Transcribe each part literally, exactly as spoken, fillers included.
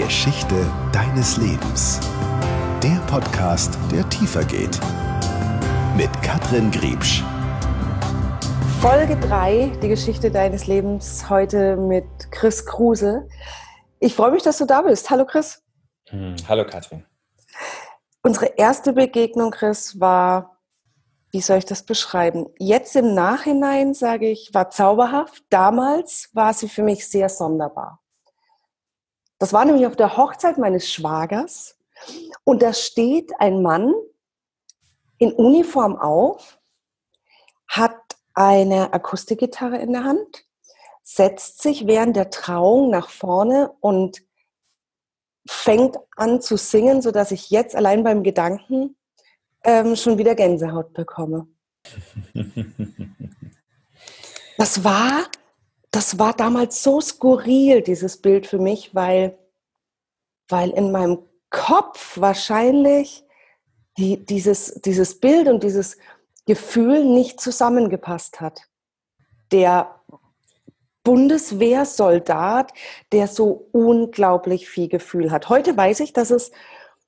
Geschichte deines Lebens. Der Podcast, der tiefer geht. Mit Katrin Griebsch. Folge drei, die Geschichte deines Lebens, heute mit Chris Kruse. Ich freue mich, dass du da bist. Hallo Chris. Hm, hallo Katrin. Unsere erste Begegnung, Chris, war, wie soll ich das beschreiben? Jetzt im Nachhinein sage ich, war zauberhaft. Damals war sie für mich sehr sonderbar. Das war nämlich auf der Hochzeit meines Schwagers und da steht ein Mann in Uniform auf, hat eine Akustikgitarre in der Hand, setzt sich während der Trauung nach vorne und fängt an zu singen, sodass ich jetzt allein beim Gedanken ähm, schon wieder Gänsehaut bekomme. Das war, das war damals so skurril, dieses Bild für mich, weil, weil in meinem Kopf wahrscheinlich die, dieses, dieses Bild und dieses Gefühl nicht zusammengepasst hat. Der Bundeswehrsoldat, der so unglaublich viel Gefühl hat. Heute weiß ich, dass es,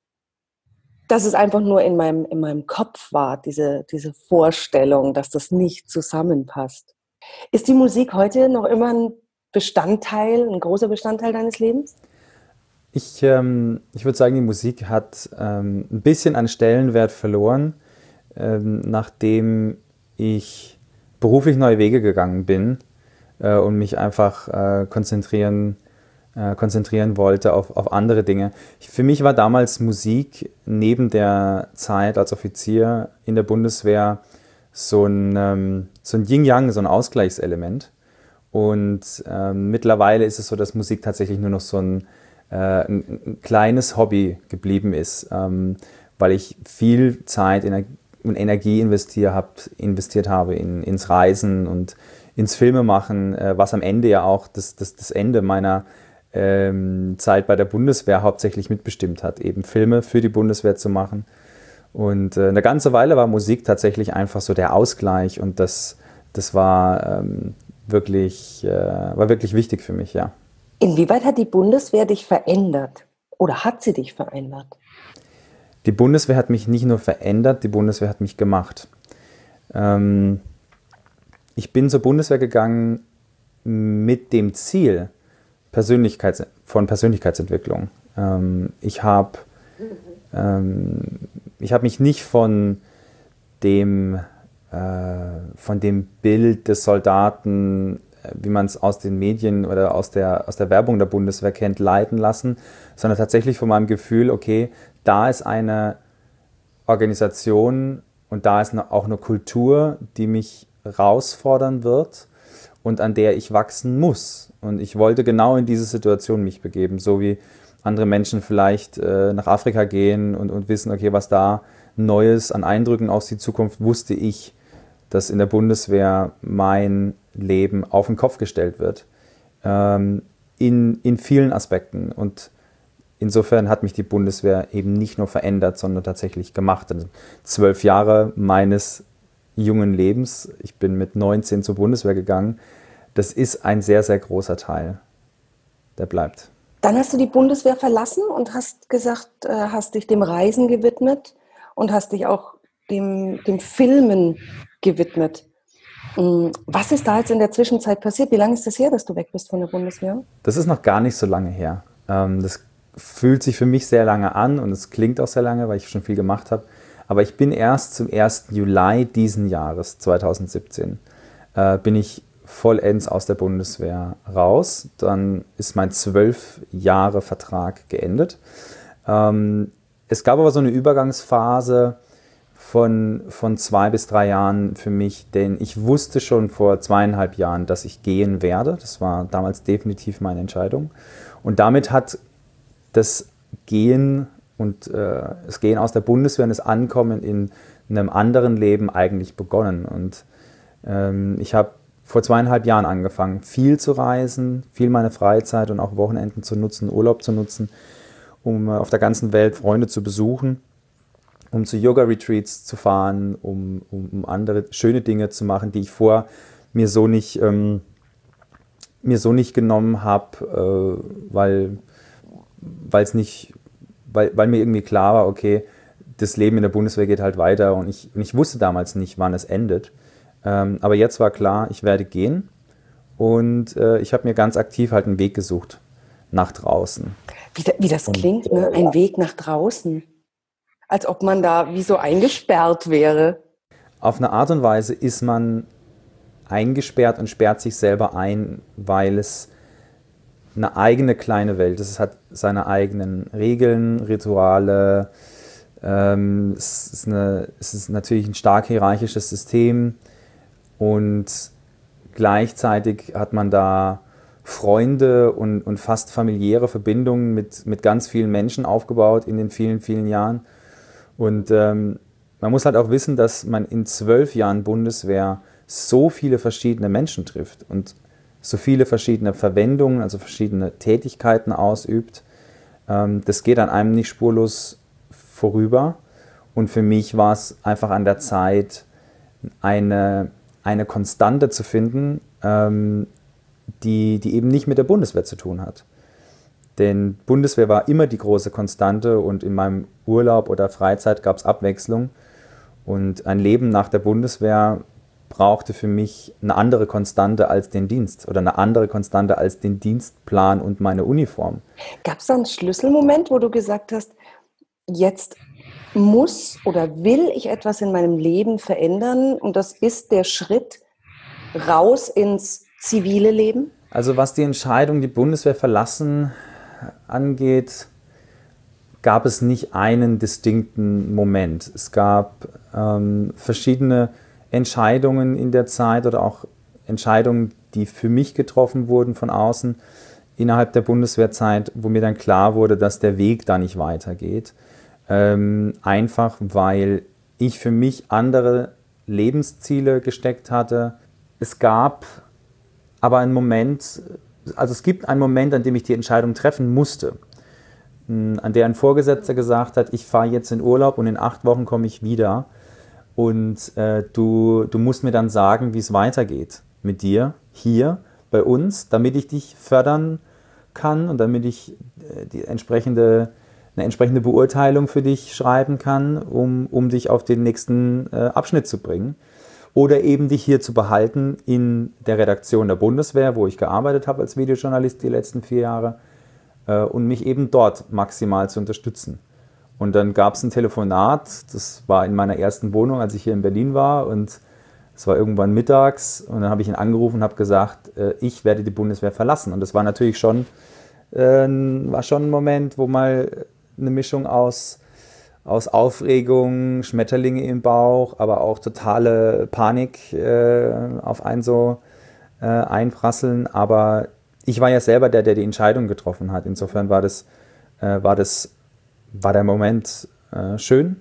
dass es einfach nur in meinem, in meinem Kopf war, diese, diese Vorstellung, dass das nicht zusammenpasst. Ist die Musik heute noch immer ein Bestandteil, ein großer Bestandteil deines Lebens? Ich, ähm, ich würde sagen, die Musik hat ähm, ein bisschen an Stellenwert verloren, ähm, nachdem ich beruflich neue Wege gegangen bin äh, und mich einfach äh, konzentrieren, äh, konzentrieren wollte auf, auf andere Dinge. Ich, für mich war damals Musik neben der Zeit als Offizier in der Bundeswehr so ein, ähm, so ein Yin-Yang, so ein Ausgleichselement. Und ähm, mittlerweile ist es so, dass Musik tatsächlich nur noch so ein Ein, ein kleines Hobby geblieben ist, ähm, weil ich viel Zeit und Energie investiert, hab, investiert habe in, ins Reisen und ins Filmemachen, äh, was am Ende ja auch das, das, das Ende meiner ähm, Zeit bei der Bundeswehr hauptsächlich mitbestimmt hat, eben Filme für die Bundeswehr zu machen. Und äh, eine ganze Weile war Musik tatsächlich einfach so der Ausgleich und das, das war, ähm, wirklich, äh, war wirklich wichtig für mich, ja. Inwieweit hat die Bundeswehr dich verändert oder hat sie dich verändert? Die Bundeswehr hat mich nicht nur verändert, die Bundeswehr hat mich gemacht. Ähm, ich bin zur Bundeswehr gegangen mit dem Ziel Persönlichkeits- von Persönlichkeitsentwicklung. Ähm, ich habe ähm, ich hab mich nicht von dem, äh, von dem Bild des Soldaten, wie man es aus den Medien oder aus der, aus der Werbung der Bundeswehr kennt, leiten lassen, sondern tatsächlich von meinem Gefühl, okay, da ist eine Organisation und da ist auch eine Kultur, die mich herausfordern wird und an der ich wachsen muss. Und ich wollte genau in diese Situation mich begeben, so wie andere Menschen vielleicht äh, nach Afrika gehen und, und wissen, okay, was da Neues an Eindrücken aus die Zukunft, wusste ich, dass in der Bundeswehr mein Leben auf den Kopf gestellt wird, ähm, in, in vielen Aspekten. Und insofern hat mich die Bundeswehr eben nicht nur verändert, sondern tatsächlich gemacht. Also zwölf Jahre meines jungen Lebens, ich bin mit neunzehn zur Bundeswehr gegangen, das ist ein sehr, sehr großer Teil, der bleibt. Dann hast du die Bundeswehr verlassen und hast gesagt, hast dich dem Reisen gewidmet und hast dich auch dem, dem Filmen gewidmet. Was ist da jetzt in der Zwischenzeit passiert? Wie lange ist das her, dass du weg bist von der Bundeswehr? Das ist noch gar nicht so lange her. Das fühlt sich für mich sehr lange an und es klingt auch sehr lange, weil ich schon viel gemacht habe. Aber ich bin erst zum ersten Juli diesen Jahres, zweitausendsiebzehn, bin ich vollends aus der Bundeswehr raus. Dann ist mein zwölf Jahre Vertrag geendet. Es gab aber so eine Übergangsphase Von, von zwei bis drei Jahren für mich, denn ich wusste schon vor zweieinhalb Jahren, dass ich gehen werde. Das war damals definitiv meine Entscheidung. Und damit hat das Gehen und äh, das Gehen aus der Bundeswehr und das Ankommen in einem anderen Leben eigentlich begonnen. Und ähm, ich habe vor zweieinhalb Jahren angefangen, viel zu reisen, viel meine Freizeit und auch Wochenenden zu nutzen, Urlaub zu nutzen, um äh, auf der ganzen Welt Freunde zu besuchen, um zu Yoga-Retreats zu fahren, um, um, um andere schöne Dinge zu machen, die ich vorher mir so nicht, ähm, mir so nicht genommen habe, äh, weil weil es nicht, weil, weil mir irgendwie klar war, okay, das Leben in der Bundeswehr geht halt weiter und ich, und ich wusste damals nicht, wann es endet. Ähm, aber jetzt war klar, ich werde gehen und äh, ich habe mir ganz aktiv halt einen Weg gesucht nach draußen. Wie, da, wie das und, klingt, ne? Ein Weg nach draußen. Als ob man da wie so eingesperrt wäre. Auf eine Art und Weise ist man eingesperrt und sperrt sich selber ein, weil es eine eigene kleine Welt ist. Es hat seine eigenen Regeln, Rituale. Ähm, es ist, eine, es ist natürlich ein stark hierarchisches System und gleichzeitig hat man da Freunde und, und fast familiäre Verbindungen mit, mit ganz vielen Menschen aufgebaut in den vielen, vielen Jahren. Und ähm, man muss halt auch wissen, dass man in zwölf Jahren Bundeswehr so viele verschiedene Menschen trifft und so viele verschiedene Verwendungen, also verschiedene Tätigkeiten ausübt. Ähm, das geht an einem nicht spurlos vorüber. Und für mich war es einfach an der Zeit, eine, eine Konstante zu finden, ähm, die, die eben nicht mit der Bundeswehr zu tun hat. Denn Bundeswehr war immer die große Konstante und in meinem Urlaub oder Freizeit gab es Abwechslung. Und ein Leben nach der Bundeswehr brauchte für mich eine andere Konstante als den Dienst oder eine andere Konstante als den Dienstplan und meine Uniform. Gab es da einen Schlüsselmoment, wo du gesagt hast, jetzt muss oder will ich etwas in meinem Leben verändern und das ist der Schritt raus ins zivile Leben? Also was die Entscheidung, die Bundeswehr verlassen angeht, gab es nicht einen distinkten Moment. Es gab ähm, verschiedene Entscheidungen in der Zeit oder auch Entscheidungen, die für mich getroffen wurden von außen innerhalb der Bundeswehrzeit, wo mir dann klar wurde, dass der Weg da nicht weitergeht. Ähm, einfach weil ich für mich andere Lebensziele gesteckt hatte. Es gab aber einen Moment, also es gibt einen Moment, an dem ich die Entscheidung treffen musste, an der ein Vorgesetzter gesagt hat, ich fahre jetzt in Urlaub und in acht Wochen komme ich wieder und äh, du, du musst mir dann sagen, wie es weitergeht mit dir hier bei uns, damit ich dich fördern kann und damit ich äh, die entsprechende, eine entsprechende Beurteilung für dich schreiben kann, um, um dich auf den nächsten äh, Abschnitt zu bringen. Oder eben dich hier zu behalten in der Redaktion der Bundeswehr, wo ich gearbeitet habe als Videojournalist die letzten vier Jahre äh, und mich eben dort maximal zu unterstützen. Und dann gab es ein Telefonat, das war in meiner ersten Wohnung, als ich hier in Berlin war und es war irgendwann mittags und dann habe ich ihn angerufen und habe gesagt, äh, ich werde die Bundeswehr verlassen. Und das war natürlich schon, äh, war schon ein Moment, wo mal eine Mischung aus aus Aufregung, Schmetterlinge im Bauch, aber auch totale Panik äh, auf einen so äh, einprasseln. Aber ich war ja selber der, der die Entscheidung getroffen hat. Insofern war das, äh, war das, war der Moment äh, schön.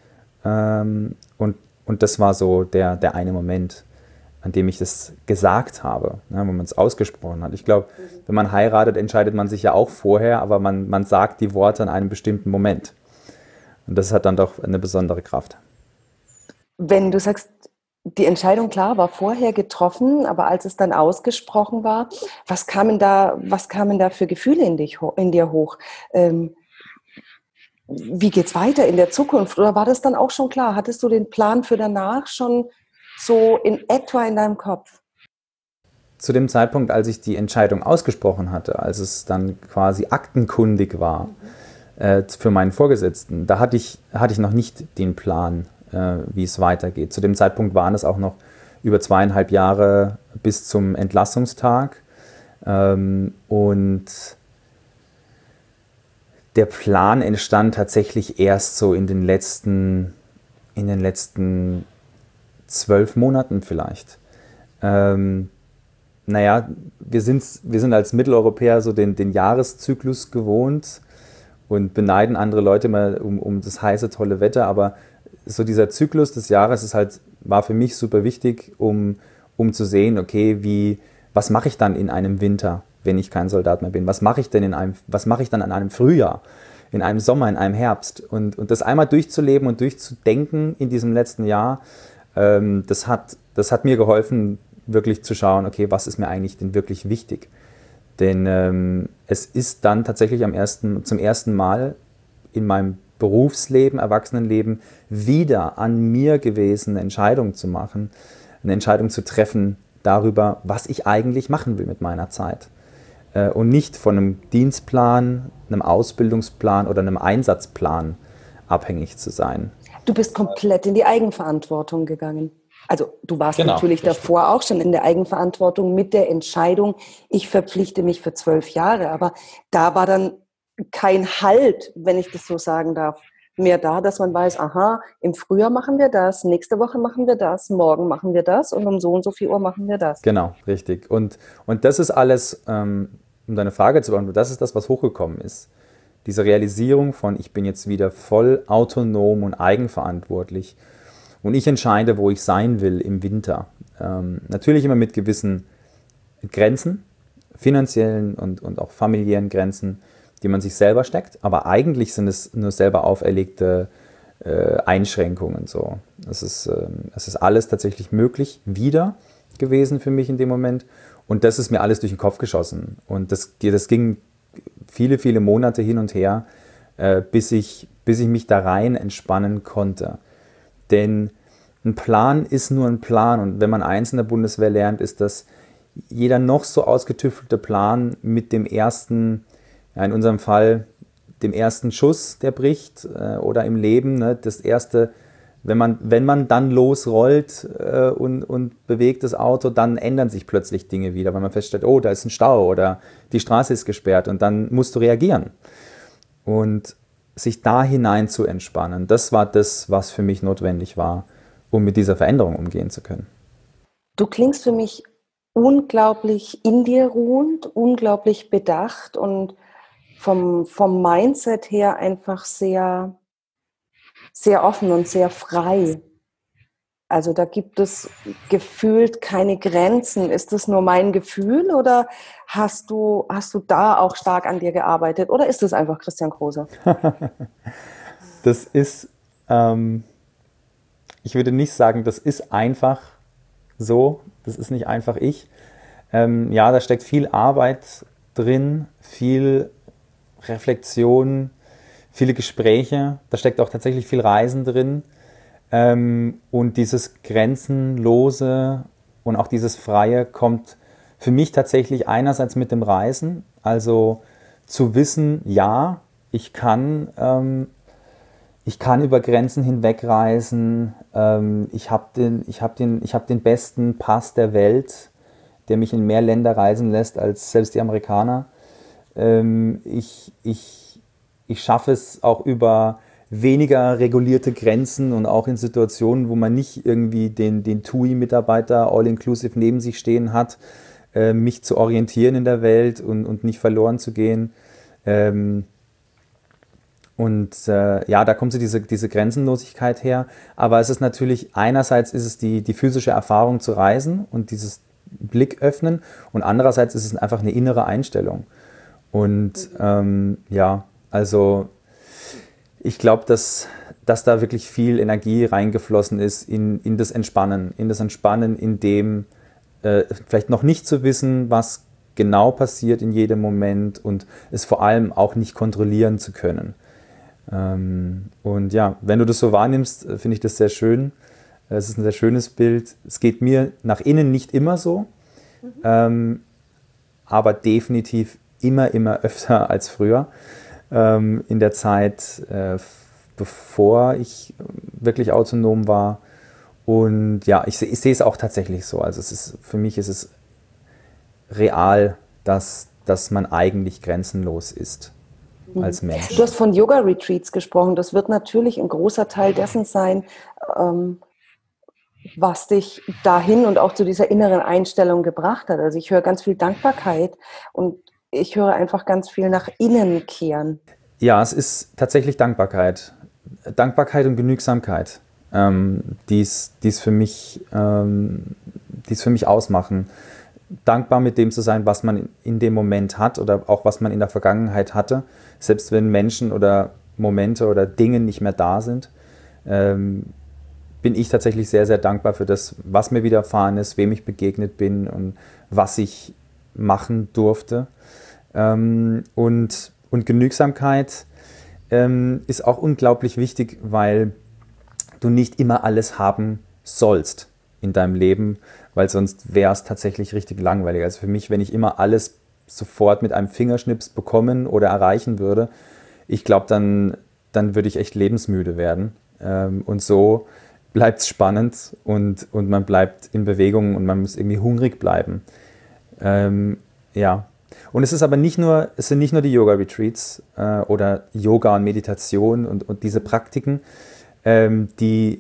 Ähm, und, und das war so der, der eine Moment, an dem ich das gesagt habe, ne, wo man es ausgesprochen hat. Ich glaube, wenn man heiratet, entscheidet man sich ja auch vorher, aber man, man sagt die Worte an einem bestimmten Moment. Und das hat dann doch eine besondere Kraft. Wenn du sagst, die Entscheidung, klar, war vorher getroffen, aber als es dann ausgesprochen war, was kamen da, was kamen da für Gefühle in, dich, in dir hoch? Ähm, wie geht's weiter in der Zukunft? Oder war das dann auch schon klar? Hattest du den Plan für danach schon so in etwa in deinem Kopf? Zu dem Zeitpunkt, als ich die Entscheidung ausgesprochen hatte, als es dann quasi aktenkundig war, mhm. für meinen Vorgesetzten, da hatte ich, hatte ich noch nicht den Plan, äh, wie es weitergeht. Zu dem Zeitpunkt waren es auch noch über zweieinhalb Jahre bis zum Entlassungstag. Ähm, und der Plan entstand tatsächlich erst so in den letzten, in den letzten zwölf Monaten vielleicht. Ähm, naja, wir sind, wir sind als Mitteleuropäer so den, den Jahreszyklus gewohnt und beneiden andere Leute immer um, um das heiße, tolle Wetter, aber so dieser Zyklus des Jahres ist halt, war für mich super wichtig, um, um zu sehen, okay, wie, was mache ich dann in einem Winter, wenn ich kein Soldat mehr bin? Was mache ich denn in einem, was mache ich dann in einem Frühjahr, in einem Sommer, in einem Herbst? Und, und das einmal durchzuleben und durchzudenken in diesem letzten Jahr, ähm, das hat, das hat mir geholfen, wirklich zu schauen, okay, was ist mir eigentlich denn wirklich wichtig? Denn ähm, es ist dann tatsächlich am ersten, zum ersten Mal in meinem Berufsleben, Erwachsenenleben wieder an mir gewesen, eine Entscheidung zu machen, eine Entscheidung zu treffen darüber, was ich eigentlich machen will mit meiner Zeit. Äh, und nicht von einem Dienstplan, einem Ausbildungsplan oder einem Einsatzplan abhängig zu sein. Du bist komplett in die Eigenverantwortung gegangen. Also du warst Genau, natürlich davor auch schon in der Eigenverantwortung mit der Entscheidung, ich verpflichte mich für zwölf Jahre. Aber da war dann kein Halt, wenn ich das so sagen darf, mehr da, dass man weiß, aha, im Frühjahr machen wir das, nächste Woche machen wir das, morgen machen wir das und um so und so viel Uhr machen wir das. Genau, richtig. Und, und das ist alles, ähm, um deine Frage zu beantworten, das ist das, was hochgekommen ist. Diese Realisierung von, ich bin jetzt wieder voll autonom und eigenverantwortlich und ich entscheide, wo ich sein will im Winter. Ähm, natürlich immer mit gewissen Grenzen, finanziellen und, und auch familiären Grenzen, die man sich selber steckt, aber eigentlich sind es nur selber auferlegte äh, Einschränkungen. So. Es ist, äh, es ist alles tatsächlich möglich wieder gewesen für mich in dem Moment und das ist mir alles durch den Kopf geschossen und das, das ging viele, viele Monate hin und her, äh, bis ich, bis ich mich da rein entspannen konnte. Denn ein Plan ist nur ein Plan und wenn man eins in der Bundeswehr lernt, ist, dass jeder noch so ausgetüftelte Plan mit dem ersten, ja in unserem Fall, dem ersten Schuss, der bricht äh, oder im Leben, ne, das erste, wenn man, wenn man dann losrollt äh, und, und bewegt das Auto, dann ändern sich plötzlich Dinge wieder, weil man feststellt, oh, da ist ein Stau oder die Straße ist gesperrt und dann musst du reagieren. Und sich da hinein zu entspannen, das war das, was für mich notwendig war, um mit dieser Veränderung umgehen zu können. Du klingst für mich unglaublich in dir ruhend, unglaublich bedacht und vom, vom Mindset her einfach sehr, sehr offen und sehr frei. Also da gibt es gefühlt keine Grenzen. Ist das nur mein Gefühl oder hast du, hast du da auch stark an dir gearbeitet oder ist das einfach Christian Große? Das ist, ähm, ich würde nicht sagen, das ist einfach so, das ist nicht einfach ich. Ähm, ja, da steckt viel Arbeit drin, viel Reflexion, viele Gespräche, da steckt auch tatsächlich viel Reisen drin. Ähm, und dieses Grenzenlose und auch dieses Freie kommt für mich tatsächlich einerseits mit dem Reisen, also zu wissen, ja, ich kann, ähm, ich kann über Grenzen hinweg reisen, ähm, ich habe den, ich hab den, ich hab den besten Pass der Welt, der mich in mehr Länder reisen lässt als selbst die Amerikaner. Ähm, ich, ich, ich schaffe es auch über weniger regulierte Grenzen und auch in Situationen, wo man nicht irgendwie den, den T U I-Mitarbeiter all-inclusive neben sich stehen hat, äh, mich zu orientieren in der Welt und, und nicht verloren zu gehen. Ähm, und äh, ja, da kommt so diese, diese Grenzenlosigkeit her. Aber es ist natürlich, einerseits ist es die, die physische Erfahrung zu reisen und dieses Blick öffnen und andererseits ist es einfach eine innere Einstellung. Und ähm, ja, also ich glaube, dass, dass da wirklich viel Energie reingeflossen ist in, in das Entspannen, in das Entspannen, in dem äh, vielleicht noch nicht zu wissen, was genau passiert in jedem Moment und es vor allem auch nicht kontrollieren zu können. Ähm, und ja, wenn du das so wahrnimmst, finde ich das sehr schön. Es ist ein sehr schönes Bild. Es geht mir nach innen nicht immer so, mhm. ähm, aber definitiv immer, immer öfter als früher. In der Zeit, äh, bevor ich wirklich autonom war. Und ja, ich, ich sehe es auch tatsächlich so. Also es ist, für mich ist es real, dass, dass man eigentlich grenzenlos ist als Mensch. Du hast von Yoga-Retreats gesprochen. Das wird natürlich ein großer Teil dessen sein, ähm, was dich dahin und auch zu dieser inneren Einstellung gebracht hat. Also ich höre ganz viel Dankbarkeit und ich höre einfach ganz viel nach innen kehren. Ja, es ist tatsächlich Dankbarkeit. Dankbarkeit und Genügsamkeit, ähm, die es für mich, ähm, die es für mich ausmachen. Dankbar mit dem zu sein, was man in dem Moment hat oder auch was man in der Vergangenheit hatte. Selbst wenn Menschen oder Momente oder Dinge nicht mehr da sind, ähm, bin ich tatsächlich sehr, sehr dankbar für das, was mir widerfahren ist, wem ich begegnet bin und was ich machen durfte. Ähm, und, und Genügsamkeit ähm, ist auch unglaublich wichtig, weil du nicht immer alles haben sollst in deinem Leben, weil sonst wäre es tatsächlich richtig langweilig. Also für mich, wenn ich immer alles sofort mit einem Fingerschnips bekommen oder erreichen würde, ich glaube, dann, dann würde ich echt lebensmüde werden. Ähm, und so bleibt es spannend und, und man bleibt in Bewegung und man muss irgendwie hungrig bleiben. Ähm, ja. Und es ist aber nicht nur, es sind nicht nur die Yoga-Retreats äh, oder Yoga und Meditation und, und diese Praktiken, ähm, die,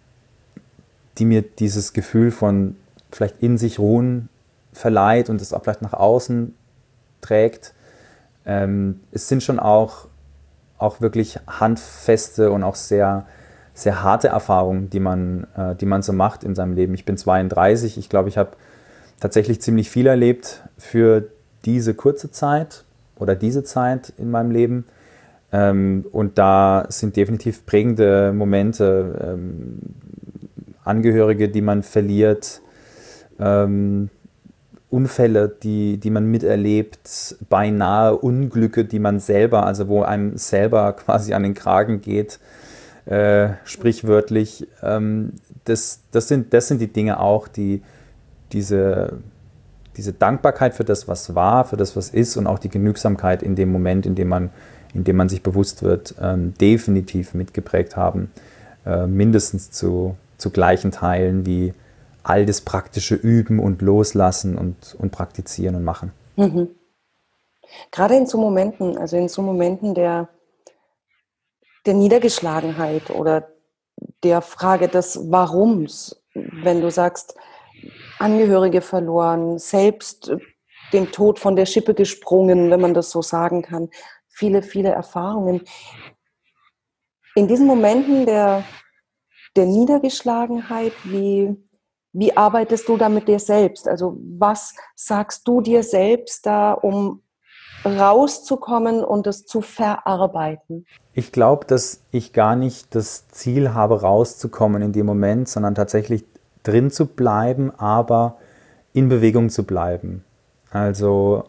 die mir dieses Gefühl von vielleicht in sich ruhen verleiht und es auch vielleicht nach außen trägt. Ähm, es sind schon auch, auch wirklich handfeste und auch sehr, sehr harte Erfahrungen, die man, äh, die man so macht in seinem Leben. Ich bin zweiunddreißig, ich glaube, ich habe tatsächlich ziemlich viel erlebt für diese kurze Zeit oder diese Zeit in meinem Leben. Ähm, und da sind definitiv prägende Momente, ähm, Angehörige, die man verliert, ähm, Unfälle, die, die man miterlebt, beinahe Unglücke, die man selber, also wo einem selber quasi an den Kragen geht, äh, sprichwörtlich. Ähm, das, das, sind, das sind die Dinge auch, die diese, diese Dankbarkeit für das, was war, für das, was ist und auch die Genügsamkeit in dem Moment, in dem man, in dem man sich bewusst wird, ähm, definitiv mitgeprägt haben, äh, mindestens zu, zu gleichen Teilen wie all das praktische Üben und Loslassen und, und Praktizieren und Machen. Mhm. Gerade in so Momenten, also in so Momenten der, der Niedergeschlagenheit oder der Frage des Warums, wenn du sagst, Angehörige verloren, selbst dem Tod von der Schippe gesprungen, wenn man das so sagen kann, viele, viele Erfahrungen. In diesen Momenten der, der Niedergeschlagenheit, wie Wie arbeitest du da mit dir selbst? Also was sagst du dir selbst da, um rauszukommen und es zu verarbeiten? Ich glaube, dass ich gar nicht das Ziel habe, rauszukommen in dem Moment, sondern tatsächlich drin zu bleiben, aber in Bewegung zu bleiben. Also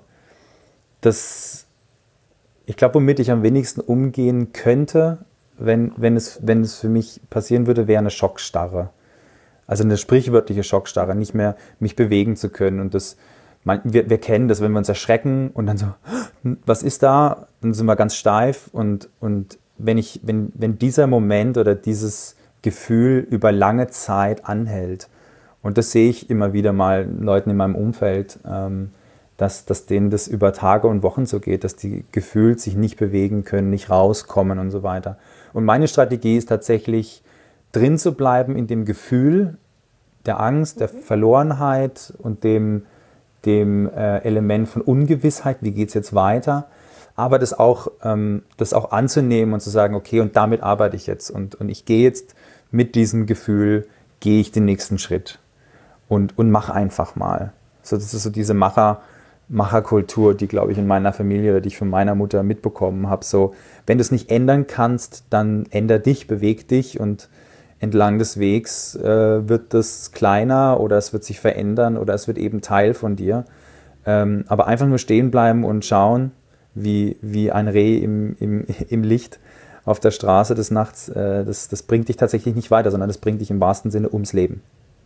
das, ich glaube, womit ich am wenigsten umgehen könnte, wenn, wenn, es, wenn es für mich passieren würde, wäre eine Schockstarre. Also eine sprichwörtliche Schockstarre, nicht mehr mich bewegen zu können. Und das, man, wir, wir kennen das, wenn wir uns erschrecken und dann so, was ist da? Dann sind wir ganz steif. Und, und wenn, ich, wenn, wenn dieser Moment oder dieses Gefühl über lange Zeit anhält, und das sehe ich immer wieder mal Leuten in meinem Umfeld, ähm, dass, dass denen das über Tage und Wochen so geht, dass die gefühlt sich nicht bewegen können, nicht rauskommen und so weiter. Und meine Strategie ist tatsächlich, drin zu bleiben in dem Gefühl der Angst, der Verlorenheit und dem, dem äh, Element von Ungewissheit, wie geht es jetzt weiter, aber das auch, ähm, das auch anzunehmen und zu sagen, okay, und damit arbeite ich jetzt und, und ich gehe jetzt mit diesem Gefühl, gehe ich den nächsten Schritt und, und mache einfach mal. So, das ist so diese Macher, Macherkultur, die, glaube ich, in meiner Familie oder die ich von meiner Mutter mitbekommen habe. So, wenn du es nicht ändern kannst, dann änder dich, beweg dich und entlang des Wegs äh, wird das kleiner oder es wird sich verändern oder es wird eben Teil von dir. Ähm, aber einfach nur stehen bleiben und schauen, wie, wie ein Reh im, im, im Licht auf der Straße des Nachts, äh, das, das bringt dich tatsächlich nicht weiter, sondern das bringt dich im wahrsten Sinne ums Leben.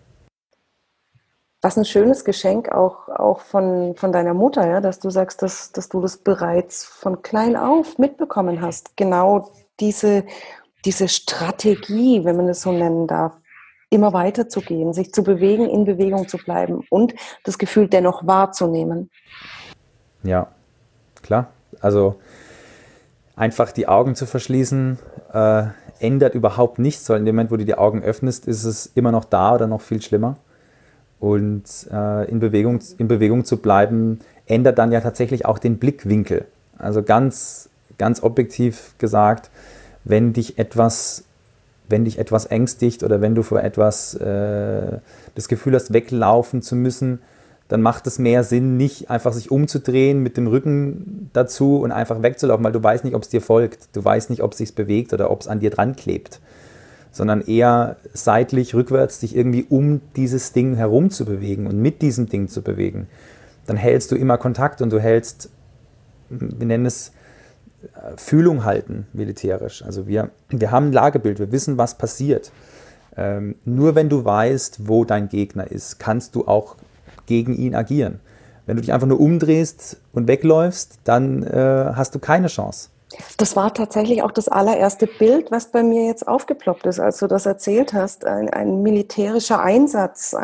Was ein schönes Geschenk auch, auch von, von deiner Mutter, ja, dass du sagst, dass, dass du das bereits von klein auf mitbekommen hast. Genau diese diese Strategie, wenn man es so nennen darf, immer weiterzugehen, sich zu bewegen, in Bewegung zu bleiben und das Gefühl dennoch wahrzunehmen. Ja, klar. Also einfach die Augen zu verschließen, äh, ändert überhaupt nichts, weil in dem Moment, wo du die Augen öffnest, ist es immer noch da oder noch viel schlimmer. Und äh, in Bewegung, in Bewegung zu bleiben, ändert dann ja tatsächlich auch den Blickwinkel. Also ganz, ganz objektiv gesagt, wenn dich etwas, wenn dich etwas ängstigt oder wenn du vor etwas äh, das Gefühl hast, weglaufen zu müssen, dann macht es mehr Sinn, nicht einfach sich umzudrehen mit dem Rücken dazu und einfach wegzulaufen, weil du weißt nicht, ob es dir folgt. Du weißt nicht, ob es sich bewegt oder ob es an dir dran klebt. Sondern eher seitlich, rückwärts dich irgendwie um dieses Ding herum zu bewegen und mit diesem Ding zu bewegen. dann hältst du immer Kontakt und du hältst, wir nennen es Fühlung halten, militärisch. Also wir, wir haben ein Lagebild, wir wissen, was passiert. Ähm, nur wenn du weißt, wo dein Gegner ist, kannst du auch gegen ihn agieren. Wenn du dich einfach nur umdrehst und wegläufst, dann äh, hast du keine Chance. Das war tatsächlich auch das allererste Bild, was bei mir jetzt aufgeploppt ist, als du das erzählt hast. Ein, ein militärischer Einsatz.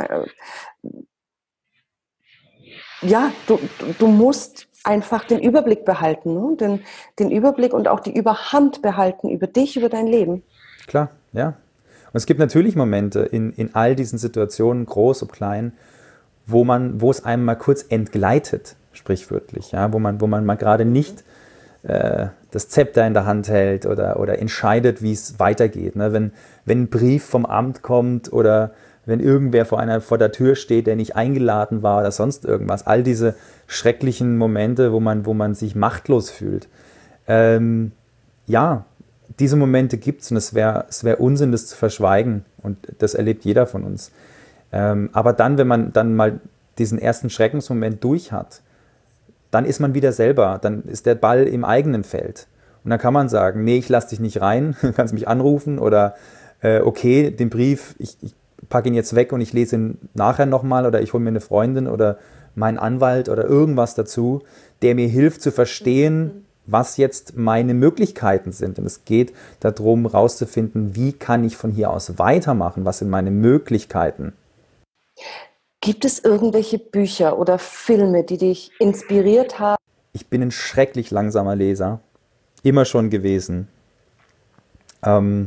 Ja, du, du musst einfach den Überblick behalten, ne? den, den Überblick und auch die Überhand behalten über dich, über dein Leben. Klar, ja. Und es gibt natürlich Momente in, in all diesen Situationen, groß ob klein, wo man, wo es einem mal kurz entgleitet, sprichwörtlich, ja, wo man, wo man mal gerade nicht äh, das Zepter in der Hand hält oder, oder entscheidet, wie es weitergeht. Ne? Wenn, wenn ein Brief vom Amt kommt oder wenn irgendwer vor einer vor der Tür steht, der nicht eingeladen war oder sonst irgendwas. All diese schrecklichen Momente, wo man, wo man sich machtlos fühlt. Ähm, ja, diese Momente gibt es und es wäre es wär Unsinn, das zu verschweigen. Und das erlebt jeder von uns. Ähm, aber dann, wenn man dann mal diesen ersten Schreckensmoment durch hat, dann ist man wieder selber, dann ist der Ball im eigenen Feld. Und dann kann man sagen, nee, ich lasse dich nicht rein, du kannst mich anrufen oder äh, okay, den Brief, ich, ich packe ihn jetzt weg und ich lese ihn nachher nochmal oder ich hole mir eine Freundin oder meinen Anwalt oder irgendwas dazu, der mir hilft zu verstehen, was jetzt meine Möglichkeiten sind. Und es geht darum, rauszufinden, wie kann ich von hier aus weitermachen, was sind meine Möglichkeiten. Gibt es irgendwelche Bücher oder Filme, die dich inspiriert haben? Ich bin ein schrecklich langsamer Leser, immer schon gewesen. Ähm,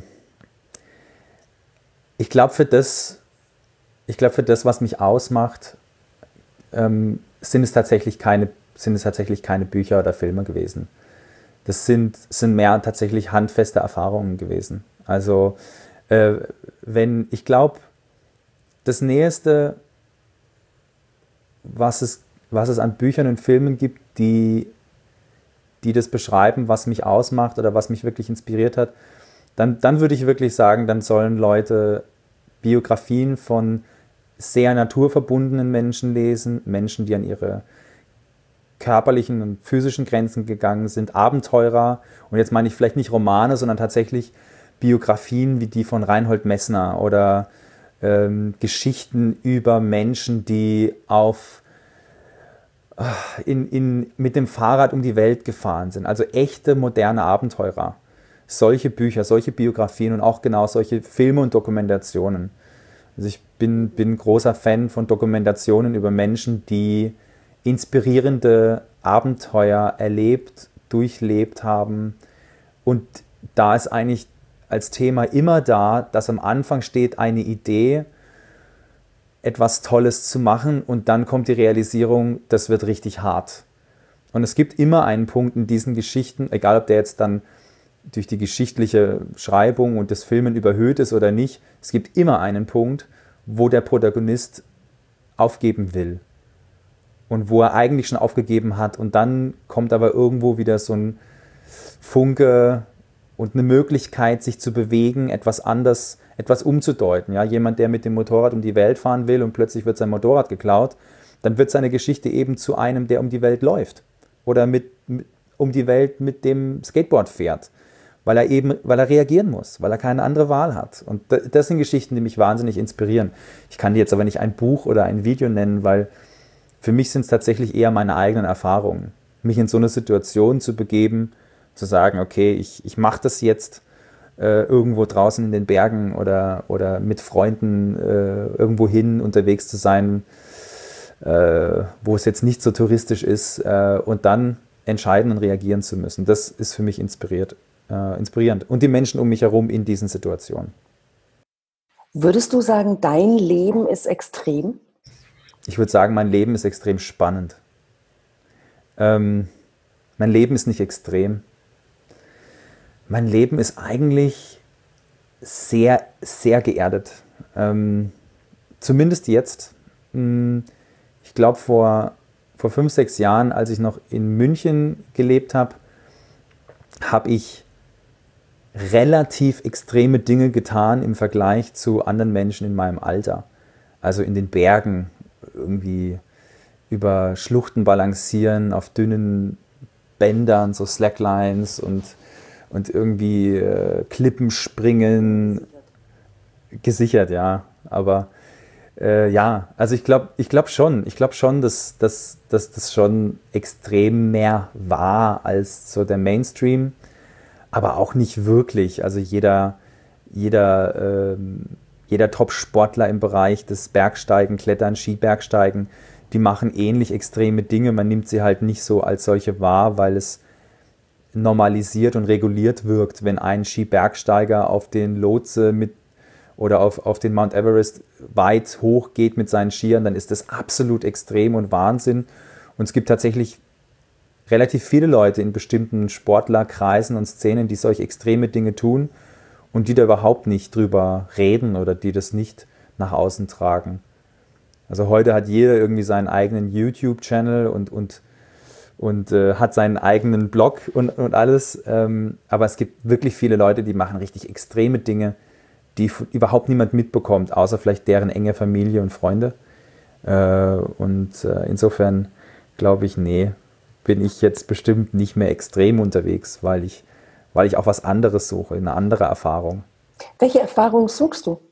ich glaube, für das, ich glaube, für das, was mich ausmacht, ähm, sind es tatsächlich keine, sind es tatsächlich keine Bücher oder Filme gewesen. Das sind, sind mehr tatsächlich handfeste Erfahrungen gewesen. Also, äh, wenn, ich glaube, das Nächste, was es, was es an Büchern und Filmen gibt, die, die das beschreiben, was mich ausmacht oder was mich wirklich inspiriert hat, dann, dann würde ich wirklich sagen, dann sollen Leute Biografien von sehr naturverbundenen Menschen lesen, Menschen, die an ihre körperlichen und physischen Grenzen gegangen sind, Abenteurer. Und jetzt meine ich vielleicht nicht Romane, sondern tatsächlich Biografien wie die von Reinhold Messner oder ähm, Geschichten über Menschen, die auf, in, in, mit dem Fahrrad um die Welt gefahren sind. Also echte, moderne Abenteurer. Solche Bücher, solche Biografien und auch genau solche Filme und Dokumentationen. Also ich bin, bin großer Fan von Dokumentationen über Menschen, die inspirierende Abenteuer erlebt, durchlebt haben. Und da ist eigentlich als Thema immer da, dass am Anfang steht eine Idee, etwas Tolles zu machen und dann kommt die Realisierung, das wird richtig hart. Und es gibt immer einen Punkt in diesen Geschichten, egal ob der jetzt dann durch die geschichtliche Schreibung und das Filmen überhöht ist oder nicht, es gibt immer einen Punkt, wo der Protagonist aufgeben will. Und wo er eigentlich schon aufgegeben hat. Und dann kommt aber irgendwo wieder so ein Funke und eine Möglichkeit, sich zu bewegen, etwas anders, etwas umzudeuten. Ja, jemand, der mit dem Motorrad um die Welt fahren will und plötzlich wird sein Motorrad geklaut, dann wird seine Geschichte eben zu einem, der um die Welt läuft. Oder mit, mit, um die Welt mit dem Skateboard fährt. Weil er eben, weil er reagieren muss, weil er keine andere Wahl hat. Und das sind Geschichten, die mich wahnsinnig inspirieren. Ich kann dir jetzt aber nicht ein Buch oder ein Video nennen, weil für mich sind es tatsächlich eher meine eigenen Erfahrungen. Mich in so eine Situation zu begeben, zu sagen, okay, ich, ich mache das jetzt äh, irgendwo draußen in den Bergen oder, oder mit Freunden äh, irgendwo hin unterwegs zu sein, äh, wo es jetzt nicht so touristisch ist äh, und dann entscheiden und reagieren zu müssen. Das ist für mich inspiriert, äh, inspirierend. Und die Menschen um mich herum in diesen Situationen. Würdest du sagen, dein Leben ist extrem? Ich würde sagen, mein Leben ist extrem spannend. Ähm, mein Leben ist nicht extrem. Mein Leben ist eigentlich sehr, sehr geerdet. Ähm, zumindest jetzt. Ich glaube, vor, vor fünf, sechs Jahren, als ich noch in München gelebt habe, habe ich relativ extreme Dinge getan im Vergleich zu anderen Menschen in meinem Alter. Also in den Bergen, irgendwie über Schluchten balancieren, auf dünnen Bändern, so Slacklines und, und irgendwie äh, Klippen springen. Gesichert, ja. Aber äh, ja, also ich glaube ich glaub schon, ich glaube schon, dass, dass, dass das schon extrem mehr war als so der Mainstream, aber auch nicht wirklich. Also jeder, jeder, ähm, jeder Top-Sportler im Bereich des Bergsteigen, Klettern, Skibergsteigen, die machen ähnlich extreme Dinge. Man nimmt sie halt nicht so als solche wahr, weil es normalisiert und reguliert wirkt, wenn ein Skibergsteiger auf den Lhotse mit oder auf, auf den Mount Everest weit hoch geht mit seinen Skiern, dann ist das absolut extrem und Wahnsinn. Und es gibt tatsächlich relativ viele Leute in bestimmten Sportlerkreisen und Szenen, die solche extreme Dinge tun und die da überhaupt nicht drüber reden oder die das nicht nach außen tragen. Also heute hat jeder irgendwie seinen eigenen YouTube-Channel und, und, und äh, hat seinen eigenen Blog und, und alles. Ähm, aber es gibt wirklich viele Leute, die machen richtig extreme Dinge, die überhaupt niemand mitbekommt, außer vielleicht deren enge Familie und Freunde. Äh, und äh, insofern glaube ich, nee, bin ich jetzt bestimmt nicht mehr extrem unterwegs, weil ich, weil ich auch was anderes suche, eine andere Erfahrung. Welche Erfahrung suchst du?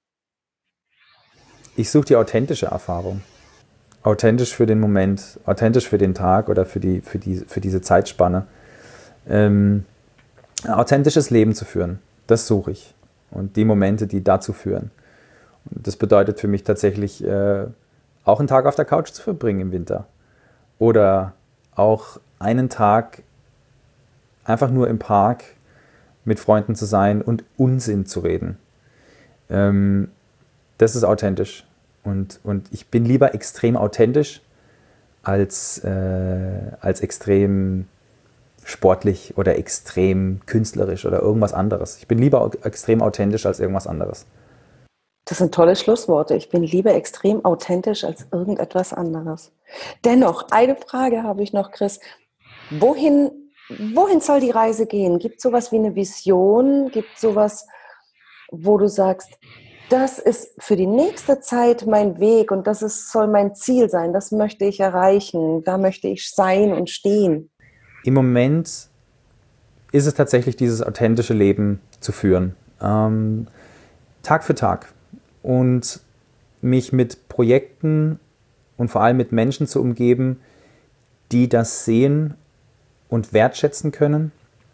Ich suche die authentische Erfahrung. Authentisch für den Moment, authentisch für den Tag oder für, die, für, die, für diese Zeitspanne. Ähm, ein authentisches Leben zu führen, das suche ich. Und die Momente, die dazu führen. Und das bedeutet für mich tatsächlich, äh, auch einen Tag auf der Couch zu verbringen im Winter. Oder auch einen Tag einfach nur im Park mit Freunden zu sein und Unsinn zu reden. Ähm, das ist authentisch. Und, und ich bin lieber extrem authentisch als, äh, als extrem sportlich oder extrem künstlerisch oder irgendwas anderes. Ich bin lieber extrem authentisch als irgendwas anderes. Das sind tolle Schlussworte. Ich bin lieber extrem authentisch als irgendetwas anderes. Dennoch, eine Frage habe ich noch, Chris. Wohin, wohin soll die Reise gehen? Gibt es sowas wie eine Vision? Gibt es sowas, wo du sagst, das ist für die nächste Zeit mein Weg und das ist, soll mein Ziel sein, das möchte ich erreichen, da möchte ich sein und stehen? Im Moment ist es tatsächlich dieses authentische Leben zu führen. Ähm, Tag für Tag. Und mich mit Projekten und vor allem mit Menschen zu umgeben, die das sehen und wertschätzen können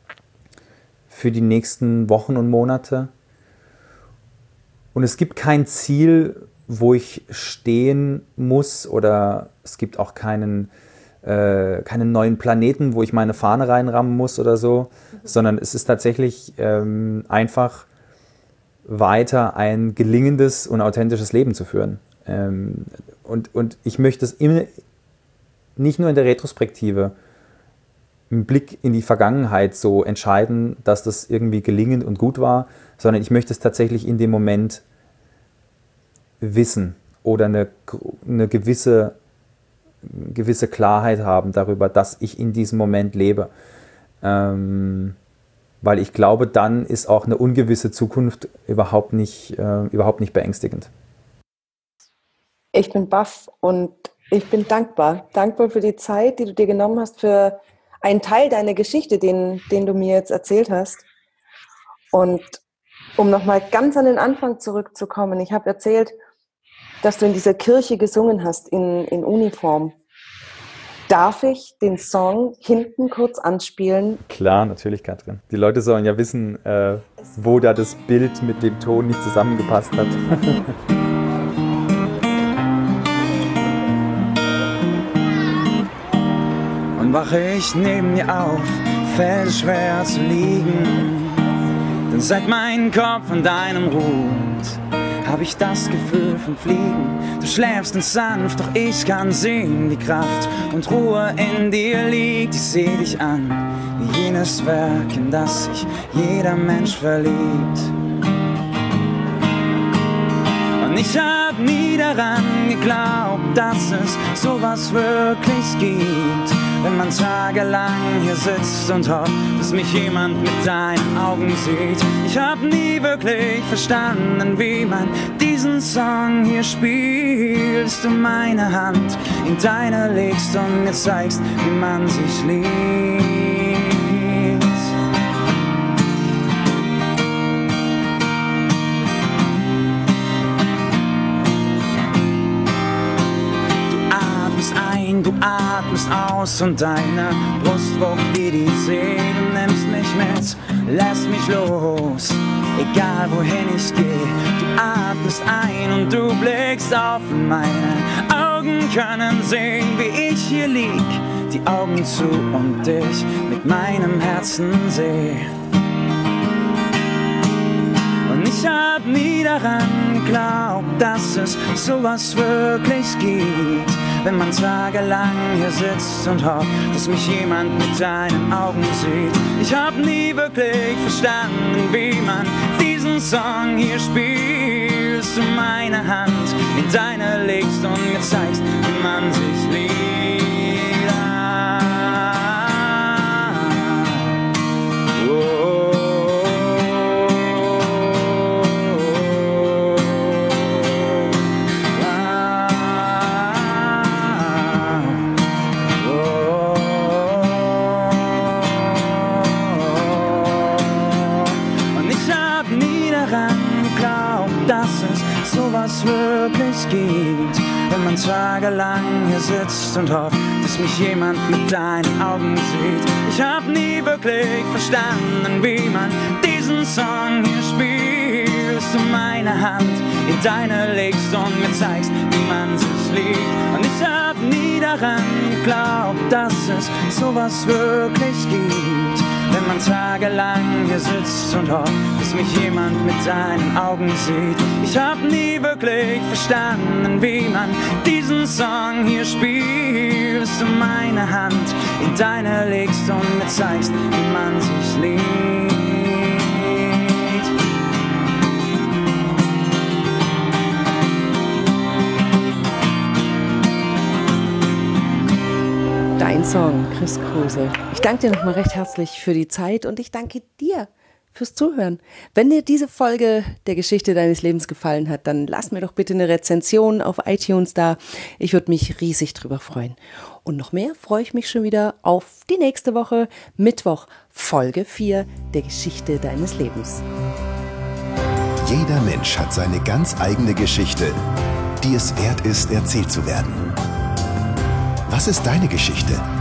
für die nächsten Wochen und Monate. Und es gibt kein Ziel, wo ich stehen muss, oder es gibt auch keinen, äh, keinen neuen Planeten, wo ich meine Fahne reinrammen muss oder so, mhm. sondern es ist tatsächlich ähm, einfach weiter ein gelingendes und authentisches Leben zu führen. Ähm, und, und ich möchte es immer, nicht nur in der Retrospektive, im Blick in die Vergangenheit so entscheiden, dass das irgendwie gelingend und gut war, sondern ich möchte es tatsächlich in dem Moment wissen oder eine, eine gewisse, gewisse Klarheit haben darüber, dass ich in diesem Moment lebe. Ähm, weil ich glaube, dann ist auch eine ungewisse Zukunft überhaupt nicht, äh, überhaupt nicht beängstigend. Ich bin baff und ich bin dankbar. Dankbar für die Zeit, die du dir genommen hast, für einen Teil deiner Geschichte, den, den du mir jetzt erzählt hast. Und um nochmal ganz an den Anfang zurückzukommen, ich habe erzählt, dass du in dieser Kirche gesungen hast, in, in Uniform. Darf ich den Song hinten kurz anspielen? Klar, natürlich, Katrin. Die Leute sollen ja wissen, äh, wo da das Bild mit dem Ton nicht zusammengepasst hat. Und wache ich neben dir auf, fällt es schwer zu liegen. Denn seit mein Kopf an deinem ruht, hab ich das Gefühl vom Fliegen. Du schläfst und sanft, doch ich kann sehen, die Kraft und Ruhe in dir liegt. Ich seh dich an, wie jenes Werk, in das sich jeder Mensch verliebt. Und ich hab nie daran geglaubt, dass es sowas wirklich gibt. Wenn man tagelang hier sitzt und hofft, dass mich jemand mit seinen Augen sieht. Ich hab nie wirklich verstanden, wie man diesen Song hier spielst. Du meine Hand in deine legst und mir zeigst, wie man sich liebt. Du atmest aus und deine Brust wogt wie die See. Du nimmst mich mit, lässt mich los, egal wohin ich geh. Du atmest ein und du blickst auf und meine Augen können sehen, wie ich hier lieg, die Augen zu und dich mit meinem Herzen seh. Und ich hab nie daran geglaubt, dass es sowas wirklich gibt. Wenn man tagelang hier sitzt und hofft, dass mich jemand mit seinen Augen sieht. Ich hab nie wirklich verstanden, wie man diesen Song hier spielst. Du meine Hand in deine legst und mir zeigst, wie man sich liebt. Was wirklich gibt, wenn man tagelang hier sitzt und hofft, dass mich jemand mit deinen Augen sieht. Ich hab nie wirklich verstanden, wie man diesen Song hier spielst. Du meine Hand in deine legst und mir zeigst, wie man sich liebt. Und ich hab nie daran geglaubt, dass es sowas wirklich gibt. Wenn man tagelang hier sitzt und hofft, dass mich jemand mit seinen Augen sieht. Ich hab nie wirklich verstanden, wie man diesen Song hier spielst. Du meine Hand in deine legst und mir zeigst, wie man sich liebt. Dein Song, Chris Kruse. Ich danke dir nochmal recht herzlich für die Zeit und ich danke dir fürs Zuhören. Wenn dir diese Folge der Geschichte deines Lebens gefallen hat, dann lass mir doch bitte eine Rezension auf iTunes da. Ich würde mich riesig drüber freuen. Und noch mehr freue ich mich schon wieder auf die nächste Woche, Mittwoch, Folge vier der Geschichte deines Lebens. Jeder Mensch hat seine ganz eigene Geschichte, die es wert ist, erzählt zu werden. Was ist deine Geschichte?